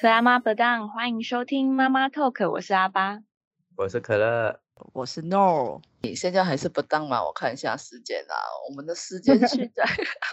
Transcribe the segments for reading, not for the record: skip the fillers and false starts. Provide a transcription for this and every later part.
是阿妈不当，欢迎收听妈妈 Talk，我是阿巴， 我是可乐， 我是 No。你现在还是不当吗？我看一下时间啊，我们的时间现在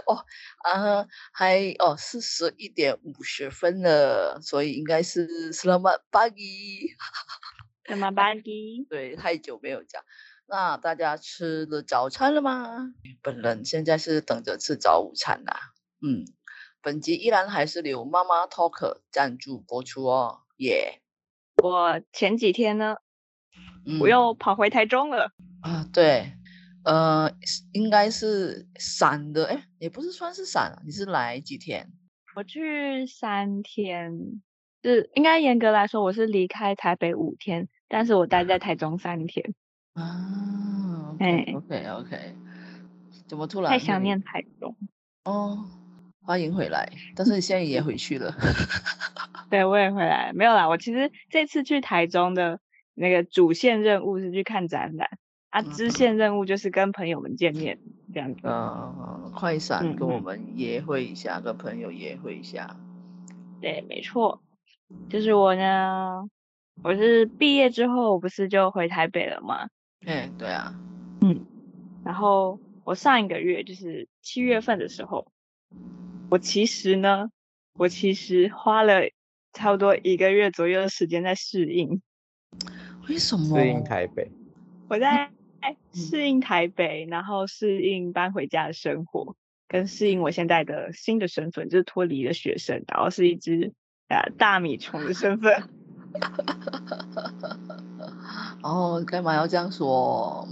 是11:50了，所以应该是 Selamat Selamat pagi。 对，太久没有讲。那大家吃了早餐了吗？本人现在是等着吃早午餐啦。本集依然还是由妈妈 Talk 赞助播出哦，耶！ 我前几天呢，我又跑回台中了。 对，应该是闪的，也不是算是闪，你是来几天？ 我去3天，是应该严格来说我是离开台北5天，但是我待在台中3天。 OK， 怎么突然太想念台中哦？欢迎回来，但是你现在也回去了。 对，我也回来，没有啦。我其实这次去台中的那个主线任务是去看展览支线任务就是跟朋友们见面这样子。 快闪跟我们约会一下，跟朋友约会一下。 对，没错，就是我呢，我是毕业之后不是就回台北了吗？ 对啊。 然后我上一个月就是7月份的时候，我其实花了差不多1个月左右的时间在适应。 为什么？ 适应台北。 我在适应台北，然后适应搬回家的生活，跟适应我现在的新的身份，就是脱离了学生，然后是一只大米虫的身份。 干嘛要这样说？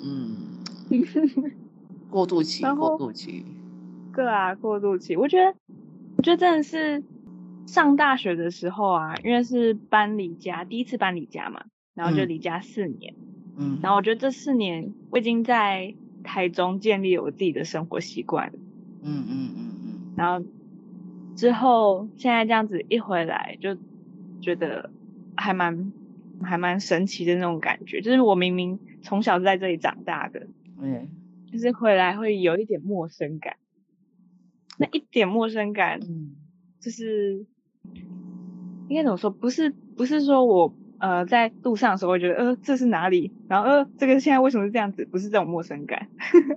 过渡期。 对啊，过渡期。我觉得真的是上大学的时候啊，因为是第一次搬离家嘛，然后就离家4年。然后我觉得这4年我已经在台中建立了我自己的生活习惯。然后之后现在这样子一回来，就觉得还蛮神奇的那种感觉，就是我明明从小是在这里长大的，就是回来会有一点陌生感。那一点陌生感，就是应该怎么说？不是说我在路上的时候会觉得这是哪里？然后这个现在为什么是这样子？不是这种陌生感。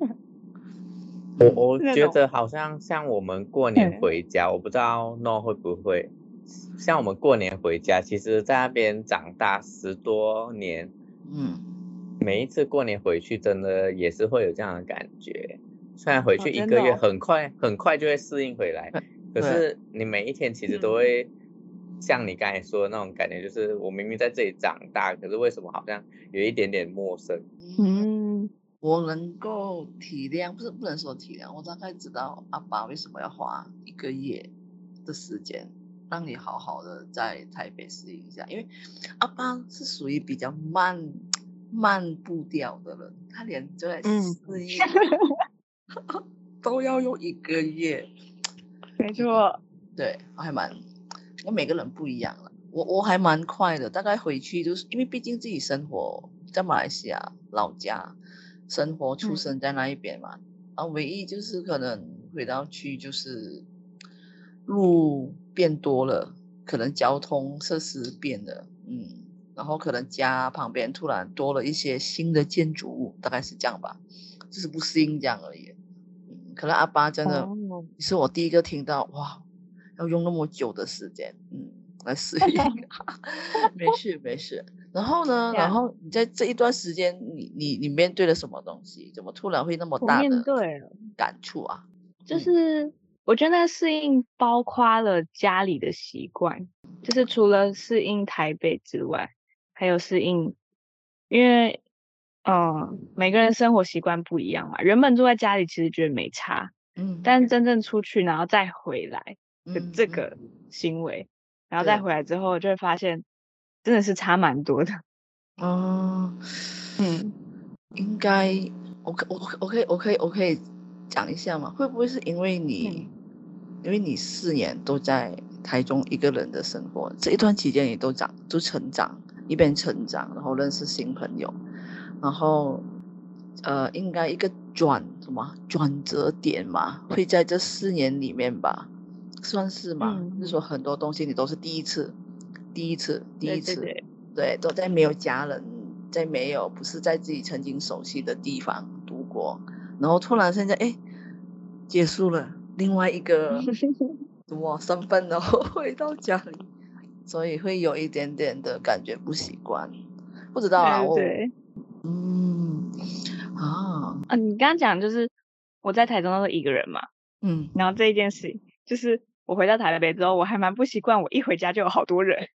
我觉得好像我们过年回家，我不知道 No 会不会像我们过年回家，其实在那边长大10多年，每一次过年回去真的也是会有这样的感觉。虽然回去1个月很快就会适应回来，可是你每一天其实都会像你刚才说的那种感觉，就是我明明在这里长大，可是为什么好像有一点点陌生？ 我能够体谅，不能说体谅，我大概知道阿爸为什么要花1个月的时间让你好好的在台北适应一下，因为阿爸是属于比较慢步调的人，他连在适应都要用1个月。 没错。 对，我每个人不一样了，我还蛮快的，大概回去就是因为毕竟自己生活在马来西亚老家生活出生在那一边嘛，唯一就是可能回到去就是路变多了，可能交通设施变了，然后可能家旁边突然多了一些新的建筑物，大概是这样吧，就是不适应这样而已。可能阿爸真的是我第一个听到哇，要用那么久的时间来适应。没事。然后呢？然后你在这一段时间，你面对了什么东西？怎么突然会那么大的感触啊？ 就是我觉得那个适应包括了家里的习惯，就是除了适应台北之外，还有适应，因为每个人生活习惯不一样嘛。原本住在家里其实觉得没差，但真正出去然后再回来的这个行为，然后再回来之后就会发现真的是差蛮多的。 应该我可以讲一下吗？会不会是因为你4年都在台中一个人的生活，这一段期间你都成长，一边成长，然后认识新朋友，然后应该一个转折点嘛，会在这4年里面吧，算是吗？就是说很多东西你都是第一次， 第一次， 对， 对，都在没有家人，在不是在自己曾经熟悉的地方度过，然后突然现在结束了另外一个什么身份，然后回到家里，所以会有一点点的感觉不习惯，不知道啊， 对，你刚刚讲就是我在台中都是一个人嘛，然后这一件事就是我回到台北之后，我还蛮不习惯，我一回家就有好多人。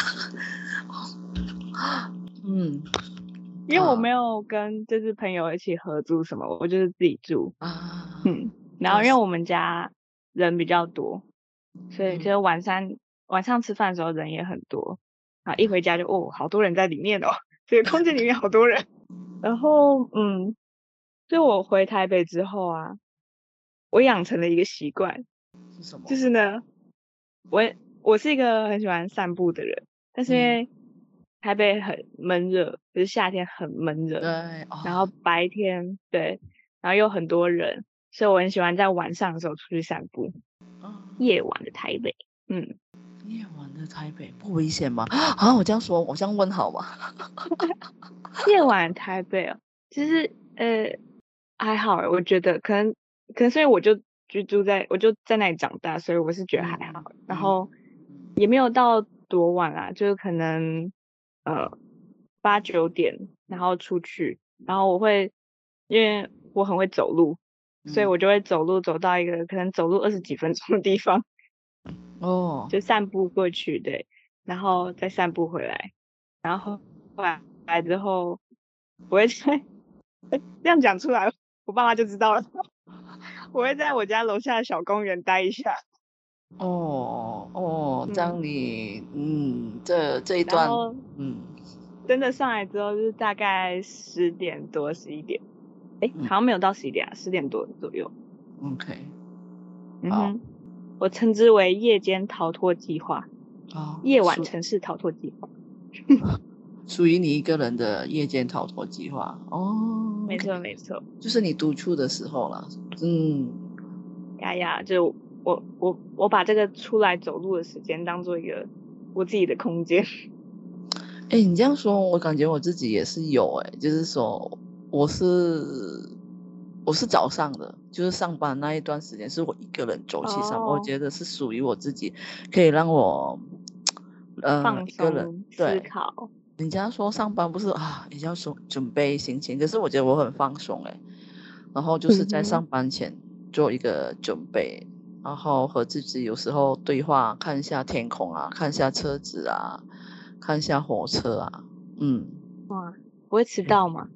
因为我没有跟就是朋友一起合租什么，我就是自己住然后因为我们家人比较多，所以就是晚上吃饭的时候人也很多，然后一回家就好多人在里面这个空间里面好多人。然后所以我回台北之后啊，我养成了一个习惯， 是什么？ 就是呢，我是一个很喜欢散步的人，但是因为台北很闷热，就是夏天很闷热，然后白天对，然后又很多人，所以我很喜欢在晚上的时候出去散步。夜晚的台北， 夜晚的台北不危险吗？我这样说，我这样问好吗？ 夜晚台北其实还好我觉得可能所以我就在那里长大，所以我是觉得还好，然后也没有到多晚啊，就是可能8、9点然后出去，然后因为我很会走路，所以我就会走路走到一个可能走路20几分钟的地方就散步过去，对，然后再散步回来，然后回来之后我会这样讲出来我爸妈就知道了我会在我家楼下的小公园待一下。 这样你这一段真的上来之后就是大概10点多11点，好像没有到11点10点多左右。 OK， 我称之为夜间逃脱计划，夜晚城市逃脱计划属于你一个人的夜间逃脱计划没错没错， 就是你独处的时候啦。 就我把这个出来走路的时间当做一个我自己的空间。 你这样说我感觉我自己也是有就是说我是早上的，就是上班那一段时间是我一个人走去上班，我觉得是属于我自己，可以让我放一个人思考。 人家说上班不是也要准备心情，可是我觉得我很放松然后就是在上班前做一个准备，然后和自己有时候对话，看一下天空啊，看一下车子啊，看一下火车啊。 哇，不会迟到吗？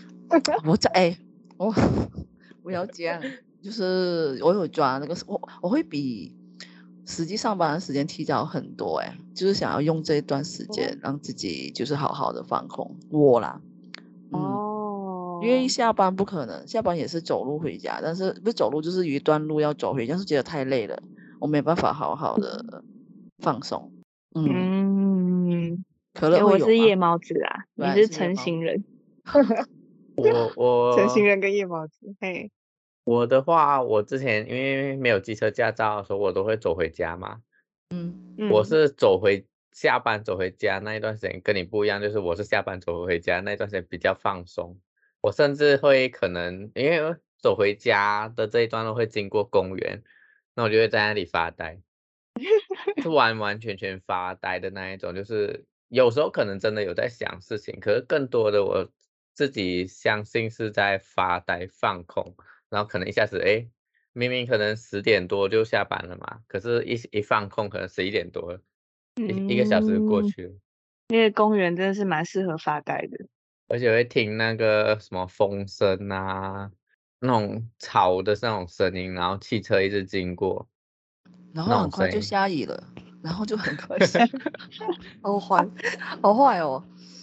我不要这样，就是我有抓那个我会比实际上班的时间提早很多就是想要用这一段时间让自己就是好好的放空我啦。因为下班不可能，下班也是走路回家，但是不是走路就是有一段路要走回家，是觉得太累了，我没办法好好的放松。可乐会有吗？ 我是夜猫子啊，你是晨行人。 我晨行人跟夜猫子， 我的话，我之前因为没有机车驾照的时候，我都会走回家嘛。我是下班走回家那一段时间跟你不一样，就是我是下班走回家那一段时间比较放松。我甚至会可能因为走回家的这一段路会经过公园，那我就会在那里发呆，是完完全全发呆的那一种，就是有时候可能真的有在想事情，可是更多的我自己相信是在发呆放空，然后可能一下子明明可能10点多就下班了嘛，可是一放空可能11点多了，一个小时就过去了。 那个公园真的是蛮适合发呆的， 而且会听那个什么风声啊，那种吵的那种声音，然后汽车一直经过， 然后很快就下雨了，然后就很快下雨好坏哦。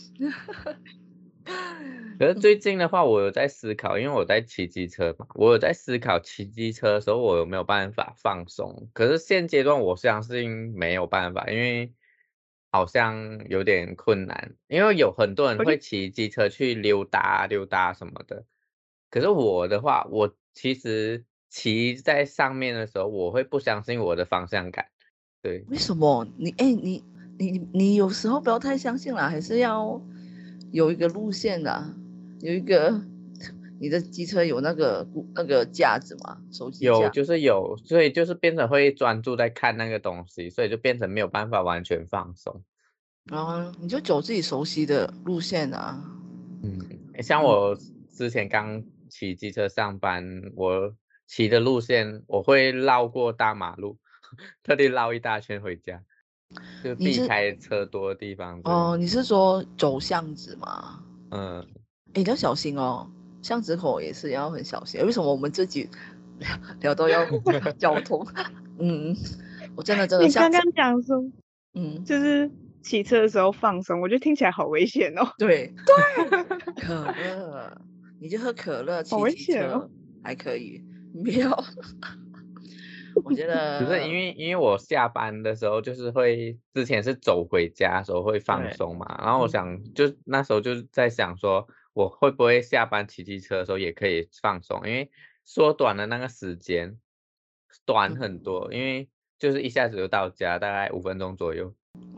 可是最近的话，我有在思考，因为我在骑机车嘛，我有在思考骑机车的时候我有没有办法放松。可是现阶段我相信没有办法，因为好像有点困难，因为有很多人会骑机车去溜达溜达什么的。可是我的话，我其实骑在上面的时候，我会不相信我的方向感。对， 为什么你你有时候不要太相信啦，还是要有一个路线的，有一个你的机车有那个架子嘛，手机架就是有，所以就是变成会专注在看那个东西，所以就变成没有办法完全放松。 你就走自己熟悉的路线啊。 像我之前刚骑机车上班，我骑的路线我会绕过大马路，特地绕一大圈回家，就避开车多的地方。 你是说走巷子吗？ 你要小心哦，巷子口也是要很小心。为什么我们自己聊到要交通？我真的你刚刚讲说，就是骑车的时候放松，我觉得听起来好危险哦。 对，可乐，你就喝可乐骑车还可以，不要。我觉得只是因为我下班的时候就是之前是走回家的时候会放松嘛，然后我想就那时候就在想说，我会不会下班骑机车的时候也可以放松，因为缩短了那个时间，短很多，因为就是一下子就到家，大概5分钟左右。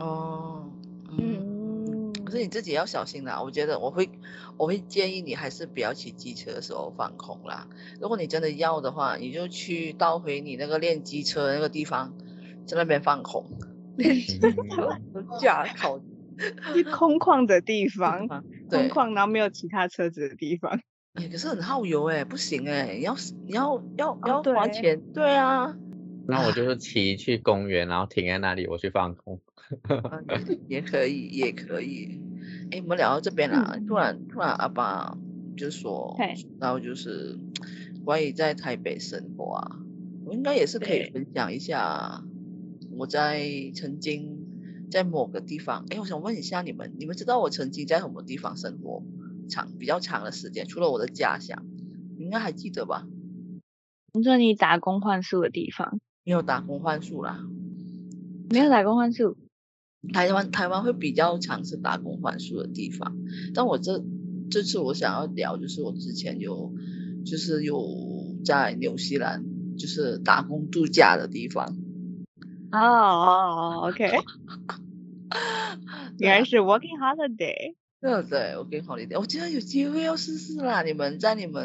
可是你自己要小心啦，我觉得我会建议你还是不要骑机车的时候放空啦。如果你真的要的话，你就去倒回你那个练机车的那个地方，在那边放空。练机车驾考， 是空旷的地方，空旷然后没有其他车子的地方。 可是很耗油不行你要花钱。对啊。 那我就是骑去公园，然后停在那里，我去放空。 也可以。我们聊到这边啦，突然阿爸就说，然后就是关于在台北生活啊，我应该也是可以分享一下我曾经在某个地方。我想问一下你们知道我曾经在什么地方生活比较长的时间？除了我的家乡，你应该还记得吧？ 你说你打工换宿的地方？ 没有打工换宿啦。 没有打工换宿。 台湾会比较常是打工换宿的地方，但我这次我想要聊，就是我之前有在纽西兰就是打工度假的地方。 OK 原来是 working holiday。 对 working holiday， 我觉得有机会要试试啦。你们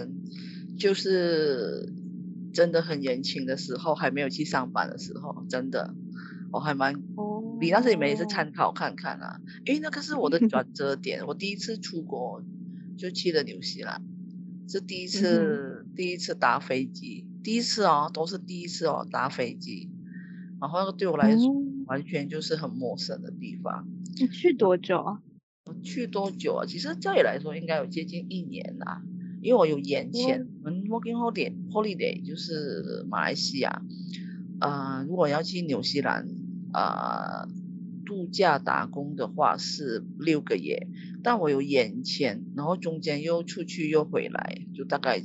就是真的很年轻的时候，还没有去上班的时候，真的我还蛮但是你们也是参考看看啊，因为那个是我的转折点。我第一次出国就去了纽西兰，是第一次搭飞机，都是第一次搭飞机，然后那个对我来说完全就是很陌生的地方。 你去多久啊？ 我去多久啊？其实照理来说应该有接近1年啦，因为我有延签。我们 working holiday 就是马来西亚，如果要去纽西兰度假打工的话是6个月，但我有延签，然后中间又出去又回来，就大概有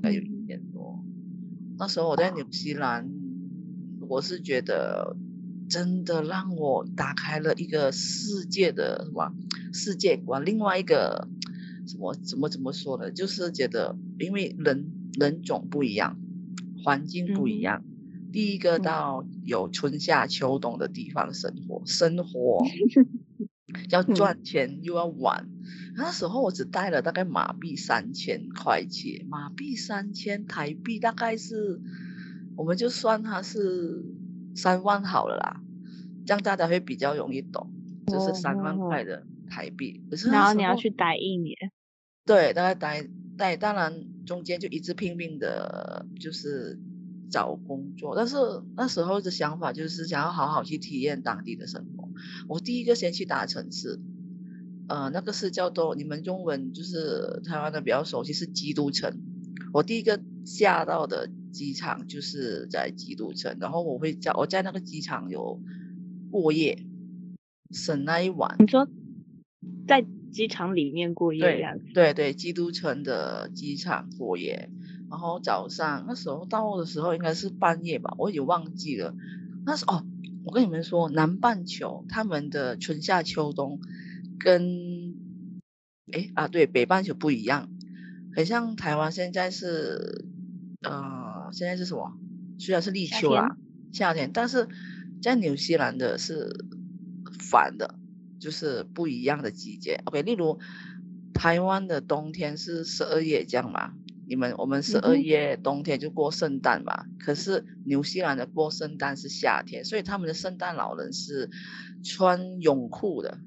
1年多。那时候我在纽西兰，我是觉得真的让我打开了一个世界观，另外一个怎么说呢，就是觉得因为人种不一样，环境不一样。第一个到有春夏秋冬的地方生活要赚钱又要玩。那时候我只带了大概马币3000块钱，马币3000台币大概是，我们就算它是3万好了啦，这样大家会比较容易懂，就是3万块的台币。可是然后你要去待1年？ 对，大概待，当然中间就一直拼命的就是找工作，但是那时候的想法就是想要好好去体验当地的生活。我第一个先去大城市，那个是叫做你们中文就是台湾的比较熟悉是基督城。我第一个下到的机场就是在基督城，然后我在那个机场有过夜，省那一晚。 你说在机场里面过夜这样子？ 对，基督城的机场过夜。然后早上那时候到的时候应该是半夜吧，我也忘记了。那时候我跟你们说，南半球他们的春夏秋冬跟对北半球不一样，很像台湾现在是什么？虽然是立秋啦，夏天，但是在纽西兰的是反的，就是不一样的季节。OK， 例如台湾的冬天是12月这样嘛，我们12月冬天就过圣诞嘛，可是纽西兰的过圣诞是夏天，所以他们的圣诞老人是穿泳裤的。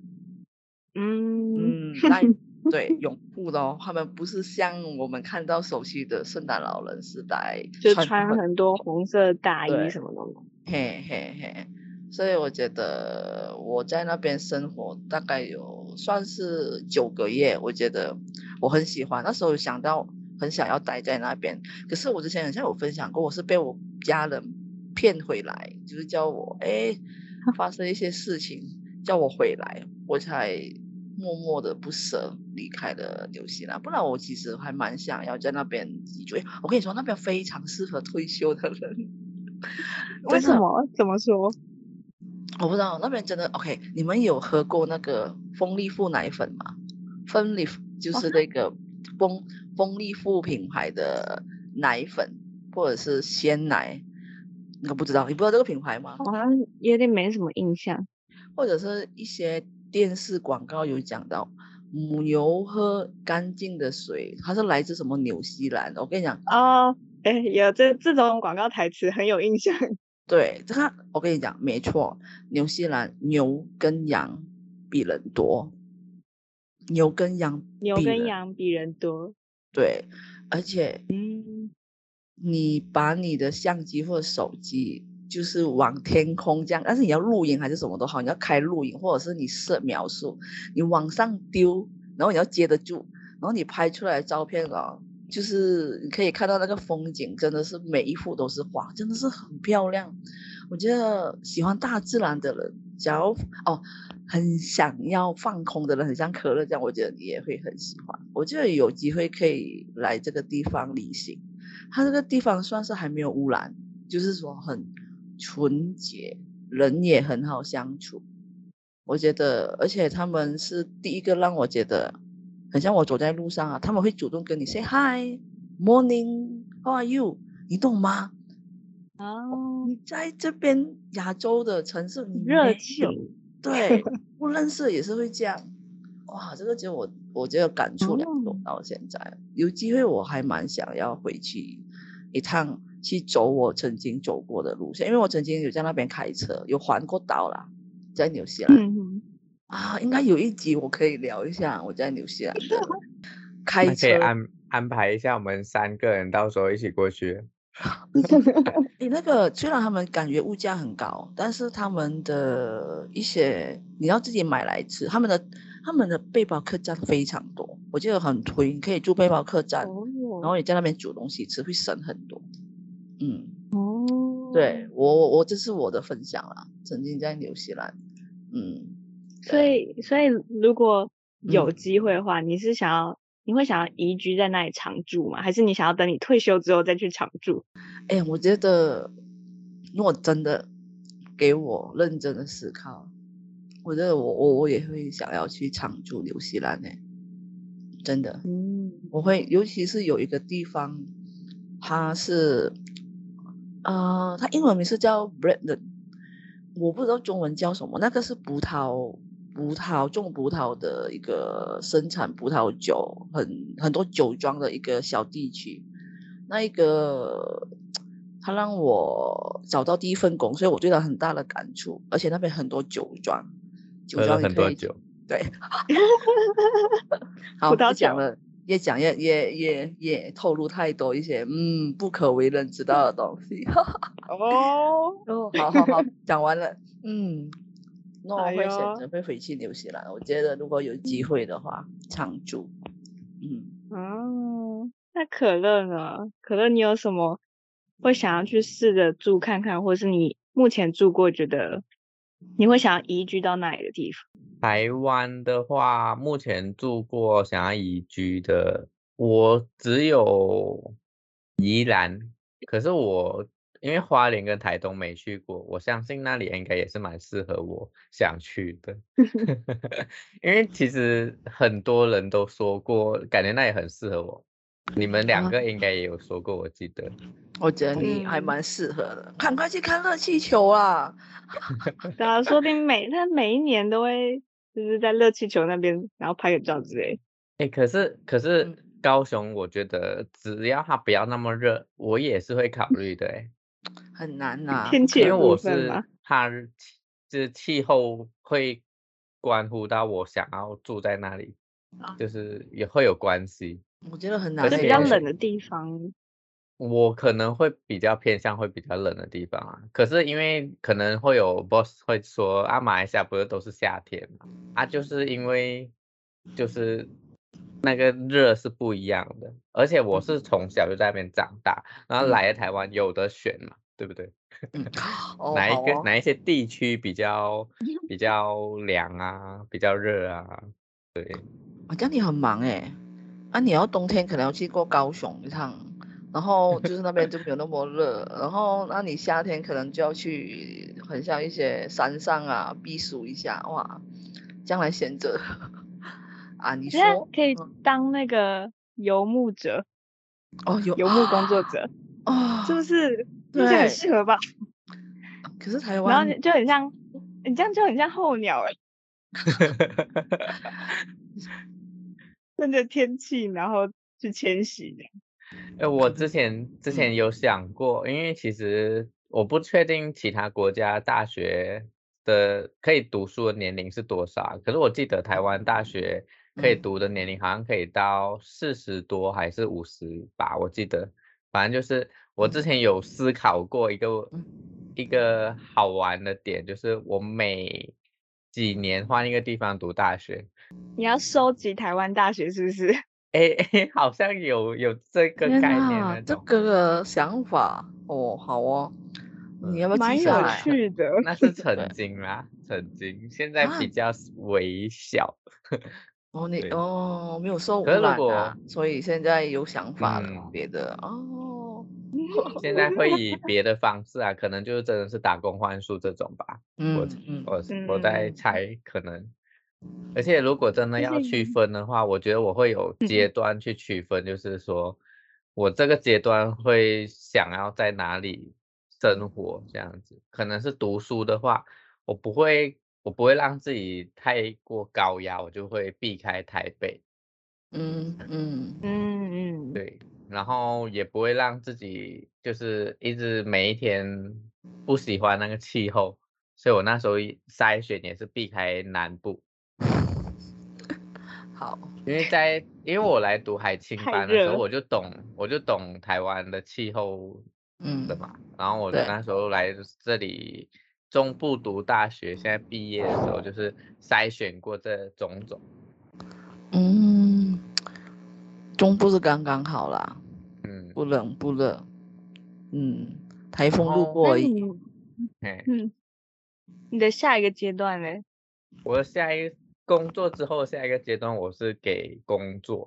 对，泳裤的哦，他们不是像我们看到熟悉的圣诞老人是就穿很多红色大衣什么的。 嘿嘿嘿，所以我觉得我在那边生活大概有算是9个月，我觉得我很喜欢。那时候想到很想要待在那边，可是我之前好像有分享过，我是被我家人骗回来，就是叫我发生一些事情叫我回来，我才默默的不舍离开了纽西兰，不然我其实还蛮想要在那边居住。我跟你说，那边非常适合退休的人。 为什么？怎么说？ 我不知道，那边真的 OK。你们有喝过那个丰利富奶粉吗？丰利就是那个丰利富品牌的奶粉，或者是鲜奶，那个不知道，你不知道这个品牌吗？ 好像有点没什么印象。 或者是一些电视广告有讲到母牛喝干净的水，它是来自什么纽西兰？我跟你讲有这种广告台词很有印象。 对，我跟你讲没错，纽西兰牛跟羊比人多，牛跟羊比人多。 对，而且你把你的相机或者手机就是往天空这样，但是你要录影还是什么都好，你要开录影或者是你设描述，你往上丢，然后你要接得住，然后你拍出来的照片就是你可以看到那个风景，真的是每一幅都是画，真的是很漂亮。我觉得喜欢大自然的人，假如很想要放空的人，很像可乐这样，我觉得你也会很喜欢。我觉得有机会可以来这个地方旅行，它这个地方算是还没有污染，就是说很纯洁，人也很好相处。我觉得，而且他们是第一个让我觉得很像我走在路上他们会主动跟你 say hi morning how are you， 你懂吗？你在这边亚洲的城市你热情， 对，不认识也是会这样。哇，这个就我觉得感触良多到现在。有机会我还蛮想要回去一趟，去走我曾经走过的路线，因为我曾经有在那边开车，有环过岛啦，在纽西兰。应该有一集我可以聊一下我在纽西兰的开车。 可以安排一下我们3个人到时候一起过去。 那个虽然他们感觉物价很高，但是他们的一些你要自己买来吃，他们的背包客栈非常多，我觉得很推，你可以住背包客栈，然后你在那边煮东西吃会省很多。对，我这是我的分享啦，曾经在纽西兰。 所以如果有机会的话，你会想要移居在那里常住吗？还是你想要等你退休之后再去常住？ 我觉得如果真的给我认真的思考，我觉得我也会想要去常住纽西兰真的。我会，尤其是有一个地方，它是它英文名是叫 Bredden， 我不知道中文叫什么，那个是种葡萄的一个生产葡萄酒很多酒庄的一个小地区。那一个他让我找到第一份工，所以我对他很大的感触，而且那边很多酒庄很多酒， 对。好，不讲了，越讲越透露太多一些不可为人知道的东西。好，讲完了。那我会选择会回去纽西兰。我觉得如果有机会的话，常住。 那可乐呢？可乐你有什么会想要去试着住看看，或是你目前住过觉得你会想要移居到哪里的地方？ 台湾的话，目前住过想要移居的，我只有宜兰，可是我因为花莲跟台东没去过，我相信那里应该也是蛮适合我想去的。因为其实很多人都说过，感觉那里很适合我。 你们2个应该也有说过，我记得。 我觉得你还蛮适合的，赶快去看热气球啊！ 对啊，说不定他每一年都会就是在热气球那边，然后拍个照之类。 可是高雄，我觉得只要它不要那么热，我也是会考虑的。 很难呐， 天气的部分吗？ 怕就是气候会关乎到我想要住在那里，就是也会有关系。 我觉得很难， 而且比较冷的地方。 我可能会比较偏向会比较冷的地方啊，可是因为可能会有 boss 会说啊，马来西亚不是都是夏天嘛，啊，就是因为就是那个热是不一样的，而且我是从小就在那边长大，然后来了台湾有得选嘛，对不对？哪一些地区比较凉啊，比较热啊？对， 这样你很忙你要冬天可能要去过高雄一趟。然后就是那边就没有那么热，然后那你夏天可能就要去很像一些山上啊避暑一下，哇，这样来选择啊？你说可以当那个游牧者游牧工作者是不是？听起来很适合吧？ 可是台湾， 然后就很像，你这样就很像候鸟顺着天气然后去迁徙我之前有想过，因为其实我不确定其他国家大学的可以读书的年龄是多少，可是我记得台湾大学可以读的年龄好像可以到40多还是50吧，我记得，反正就是我之前有思考过一个好玩的点，就是我每几年换一个地方读大学。 你要收集台湾大学是不是？ 好像有这个概念那种。 这个想法好哦，你要不要记下来？ 蛮有趣的。 那是曾经啦，曾经，现在比较微小。 你没有受污可是如染果所以现在有想法了，别的现在会以别的方式可能就是真的是打工换宿这种吧。我在猜可能。而且如果真的要区分的话，我觉得我会有阶段去区分，就是说我这个阶段会想要在哪里生活这样子。可能是读书的话，我不会让自己太过高压，我就会避开台北。对，然后也不会让自己就是一直每一天不喜欢那个气候，所以我那时候筛选也是避开南部。 好， 因为我来读海青班的时候，我就懂台湾的气候的嘛。然后我那时候来这里中部读大学，现在毕业的时候就是筛选过这种种。 中部是刚刚好啦，不冷不热，台风路过而已。 你的下一个阶段呢？ 我工作之后下一个阶段，我是给工作。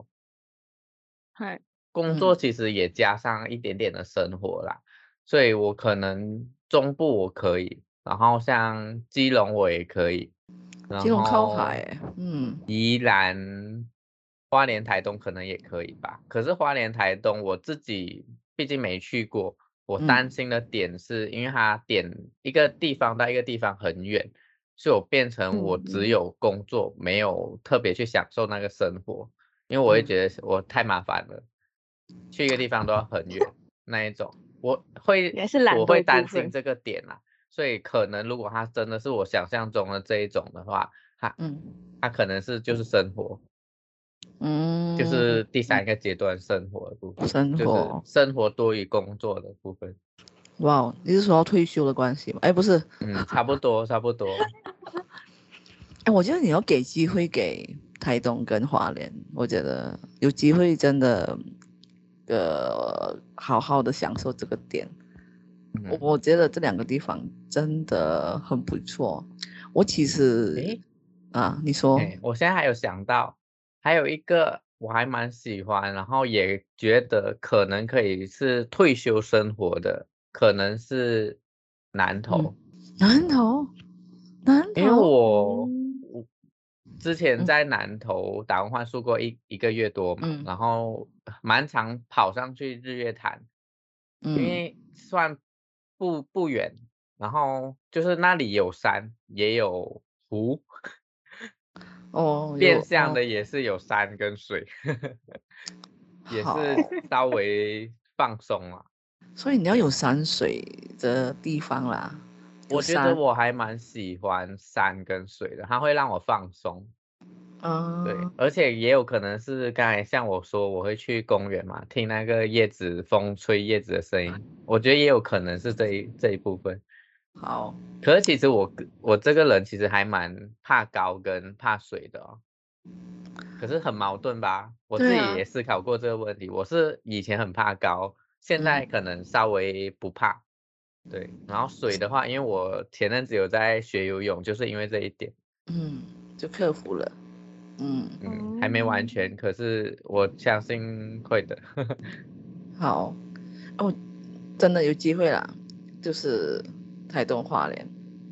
工作其实也加上一点点的生活啦，所以我可能中部我可以，然后像基隆我也可以， 基隆靠海宜兰、花莲、台东可能也可以吧。可是花莲、台东我自己毕竟没去过，我担心的点是因为它一个地方到一个地方很远，所以我变成我只有工作，没有特别去享受那个生活，因为我会觉得我太麻烦了，去一个地方都要很远那一种，我会担心这个点啦。所以可能如果它真的是我想象中的这一种的话，它可能就是生活，就是第3个阶段生活的部分，就是生活多于工作的部分。 哇，你是说要退休的关系吗？不是， 差不多。 我觉得你要给机会给台东跟花莲，我觉得有机会真的好好的享受这个点。我觉得这2个地方真的很不错。我其实你说， 我现在还有想到，还有一个我还蛮喜欢，然后也觉得可能可以是退休生活的，可能是南投。 南投， 因为之前在南投打工换宿过一个月多嘛，然后蛮常跑上去日月潭，因为算不远，然后就是那里有山也有湖，变相的也是有山跟水，也是稍微放松了。 所以你要有山水的地方啦。 我觉得我还蛮喜欢山跟水的，它会让我放松。对，而且也有可能是刚才像我说，我会去公园嘛，听那个叶子风吹叶子的声音，我觉得也有可能是这一部分。 好， 可是其实我这个人其实还蛮怕高跟怕水的哦。可是很矛盾吧？我自己也思考过这个问题，我是以前很怕高，现在可能稍微不怕。对，然后水的话，因为我前阵子有在学游泳，就是因为这一点， 就克服了。 还没完全，可是我相信会的。 好，真的有机会啦，就是台东花莲，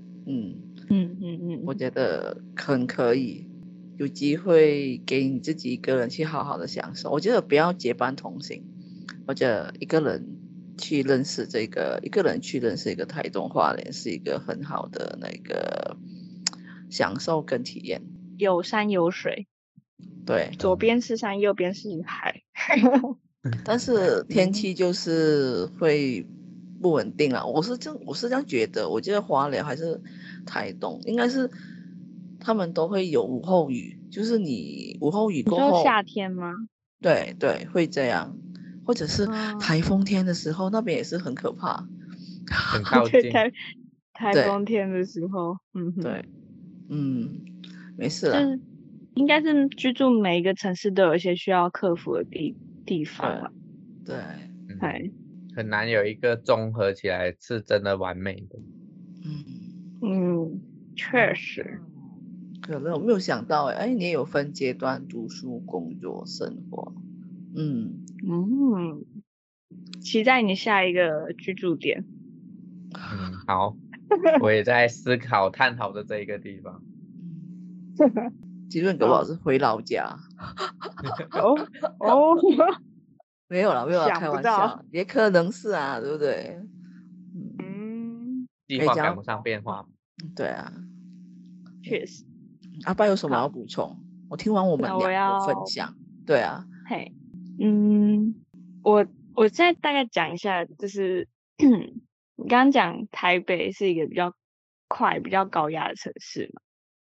我觉得很可以，有机会给你自己一个人去好好的享受。我觉得不要结伴同行，我觉得一个人去认识一个台东花莲是一个很好的那个享受跟体验。 有山有水， 对， 左边是山，右边是海。 但是天气就是会不稳定啦。我是这样觉得。我觉得花莲还是台东，应该是他们都会有午后雨，就是你午后雨过后， 你说夏天吗？ 对对，会这样，或者是台风天的时候，那边也是很可怕， 很靠近。 台风天的时候， 对，没事啦。 就是应该是居住每一个城市都有一些需要克服的地方了。 对， 很难有一个综合起来是真的完美的。 确实。 可能我没有想到你也有分阶段读书、工作、生活。 期待你下一个居住点。 好，我也在思考探讨的这一个地方。 其实搞不好是回老家。没有啦，开玩笑，也可能是啊，对不对？ 计划赶不上变化。 对啊， 确实。 阿爸有什么要补充？我听完我们两个分享。对啊。 我现在大概讲一下，就是你刚刚讲台北是一个比较快、比较高压的城市嘛。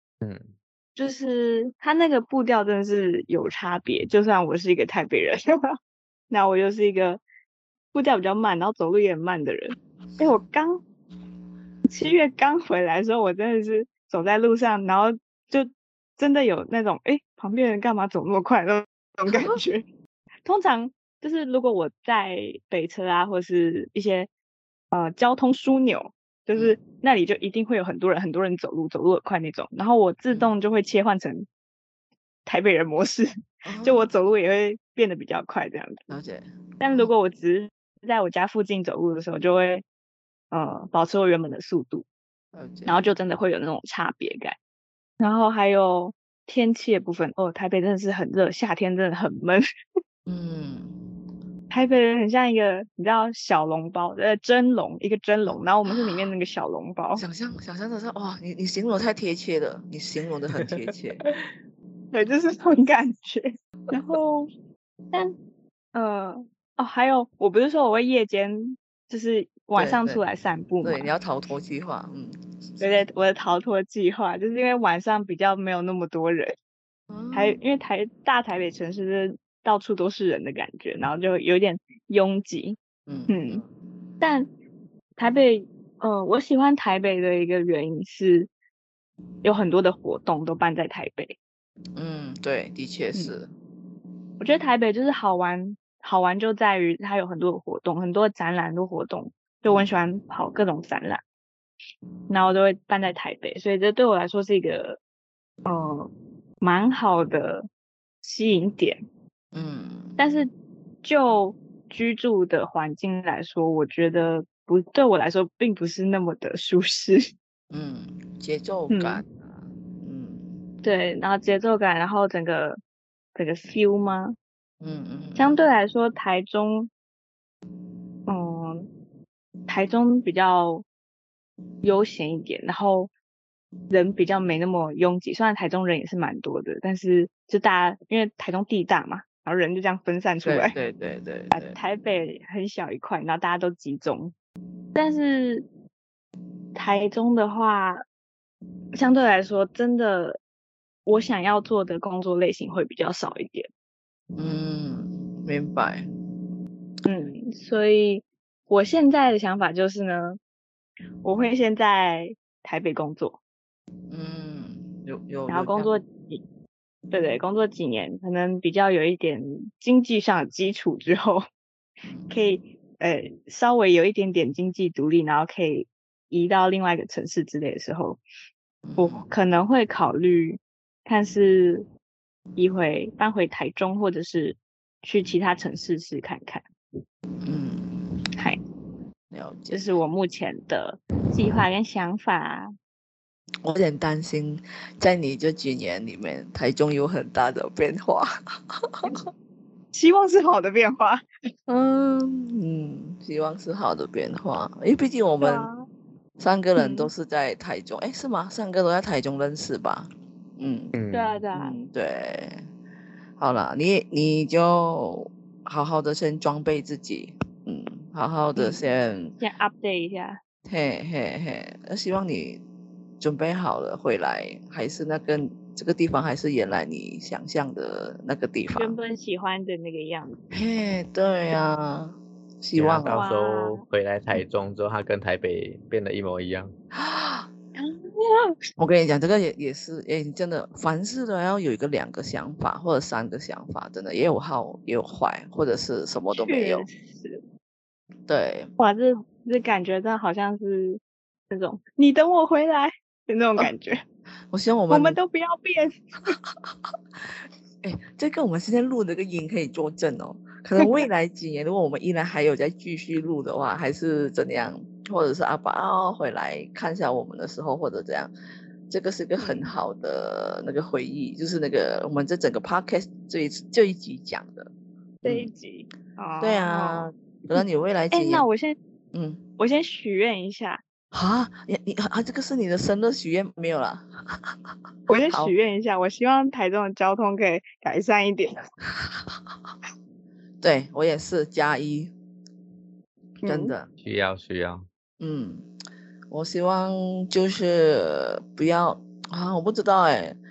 就是它那个步调真的是有差别。就算我是一个台北人，那我又是一个步调比较慢，然后走路也很慢的人。我7月刚回来的时候，我真的是走在路上，然后就真的有那种旁边人干嘛走那么快那种感觉。通常就是如果我在北车啊，或是一些交通枢纽，就是那里就一定会有很多人走路很快那种，然后我自动就会切换成台北人模式，就我走路也会变得比较快这样子。 了解。 但如果我只是在我家附近走路的时候，就会保持我原本的速度，然后就真的会有那种差别感。然后还有天气的部分，台北真的是很热，夏天真的很闷。台北人很像一个你知道小笼包蒸笼，一个蒸笼，然后我们是里面那个小笼包。 想象的是哇，你形容太贴切了，你形容的很贴切。 对，就是这种感觉。然后但还有我不是说我会夜间就是晚上出来散步嘛？ 对，你要逃脱计划。 对，我的逃脱计划就是因为晚上比较没有那么多人，因为大台北城市是到处都是人的感觉，然后就有点拥挤。但台北我喜欢台北的一个原因是有很多的活动都办在台北。 对，的确是。 我觉得台北就是好玩就在于它有很多的活动，很多展览的活动，就我很喜欢跑各种展览，然后都会办在台北，所以这对我来说是一个蛮好的吸引点。但是就居住的环境来说，我觉得对我来说并不是那么的舒适。 节奏感。 对，然后节奏感，然后整个 feel 吗？相嗯， 对来说，台中比较悠闲一点，然后人比较没那么拥挤。虽然台中人也是蛮多的，但是就大家因为台中地大嘛，然后人就这样分散出来。 对， 台北很小一块，然后大家都集中。但是台中的话，相对来说，真的我想要做的工作类型会比较少一点。 明白。 所以我现在的想法就是呢，我会先在台北工作，然后工作工作几年，可能比较有一点经济上的基础之后，可以稍微有一点点经济独立，然后可以移到另外一个城市之类的时候，我可能会考虑看是搬回台中，或者是去其他城市试看看。嗨， 了解。 这是我目前的计划跟想法。 我有点担心，在你这几年里面，台中有很大的变化。 希望是好的变化。 希望是好的变化，因为毕竟我们3个人都是在台中，是吗？3个都在台中认识吧？ 对啊。 对，好了，你就好好的先装备自己，好好的先 update 一下。 那希望你准备好了回来，还是这个地方还是原来你想象的那个地方， 原本喜欢的那个样子。 对啊，希望到时候回来台中之后，它跟台北变得一模一样。 我跟你讲，这个也是，真的，凡事都要有2个想法或者3个想法，真的也有好也有坏，或者是什么都没有。对， 哇，这感觉真的好像是那种你等我回来的那种感觉。 我希望我们都不要变。 这个我们现在录的个音可以作证哦。可能未来几年，如果我们依然还有在继续录的话，还是怎样，或者是阿爸回来看一下我们的时候，或者这样，这个是个很好的那个回忆，就是那个我们这整个 podcast 这一集讲的这一集。 对啊，可能你未来几年， 那我先许愿一下。 这个是你的生日许愿没有啦？ 我先许愿一下，我希望台中的交通可以改善一点。 对，我也是+1，真的需要。 我希望就是不要我不知道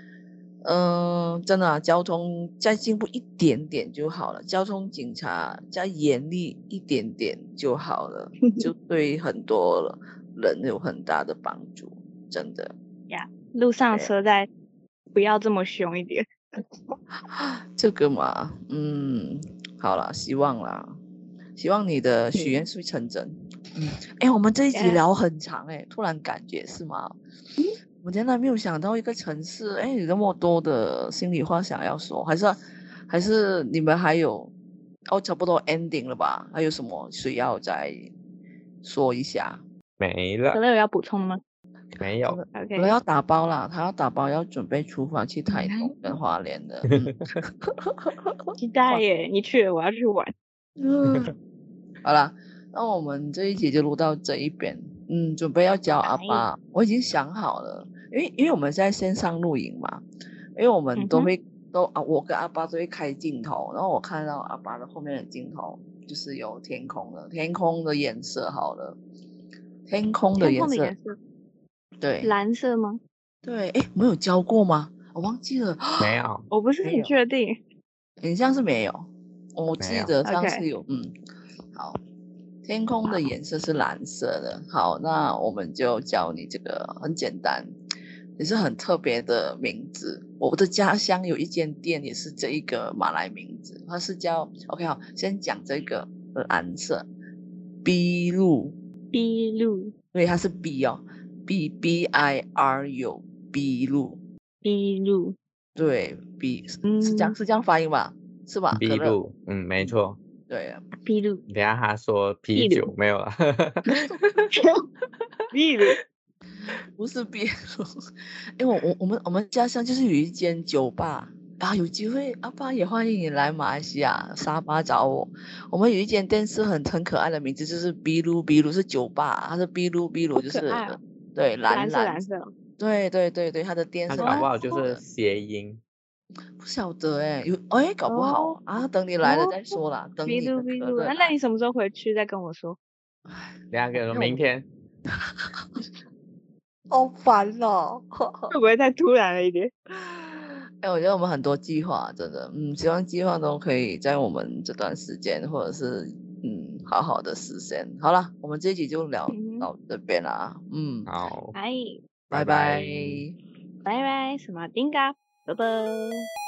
真的交通再进步一点点就好了，交通警察再严厉一点点就好了，就对很多人有很大的帮助，真的。 路上车再不要这么凶一点。 这个嘛，好啦，希望你的许愿会成真。我们这一集聊很长突然感觉是吗？我真的没有想到一个城市有那么多的心里话想要说，还是你们还有差不多 ending 了吧？还有什么需要再说一下？ 没了。 可乐有要补充吗？ 没有。 可能要打包啦，他要打包，要准备出发去台东跟花莲的。 期待耶！你去了，我要去玩。 好啦，那我们这一集就录到这一边。准备要教阿爸，我已经想好了，因为我们在线上录影嘛，因为我们我跟阿爸都会开镜头，然后我看到阿爸的后面的镜头就是有天空的颜色好了，天空的颜色，对， 蓝色吗？ 对，我们有教过吗？我忘记了， 没有， 我不是很确定， 好像是没有，我记得上次有，好。天空的颜色是蓝色的。好，那我们就教你这个很简单，也是很特别的名字。我的家乡有一间店也是这一个马来名字，它是叫 OK 好，先讲这个蓝色 B 路，对，它是 B 哦 BIRU B 路，对 B 是这样发音吧？是吧 ？B 路，没错。 对啊 ，B 路。 等下他说啤酒没有了。 B 路不是秘鲁，因为我们家乡就是有一间酒吧啊，有机会阿爸也欢迎你来马来西亚沙巴找我。我们有一间店是很可爱的名字，就是秘鲁是酒吧，它是秘鲁就是对蓝色。 对，它的店是搞不好就是谐音。 不晓得搞不好啊，等你来了再说啦。等你的秘鲁，那你什么时候回去再跟我说？ 2个人明天。 好烦哦， 会不会太突然了一点？ 我觉得我们很多计划，真的，希望计划都可以在我们这段时间，或者是好好的实现。好了，我们这一集就聊到这边啦。 好， 拜拜， 拜拜，什么丁嘎，拜拜。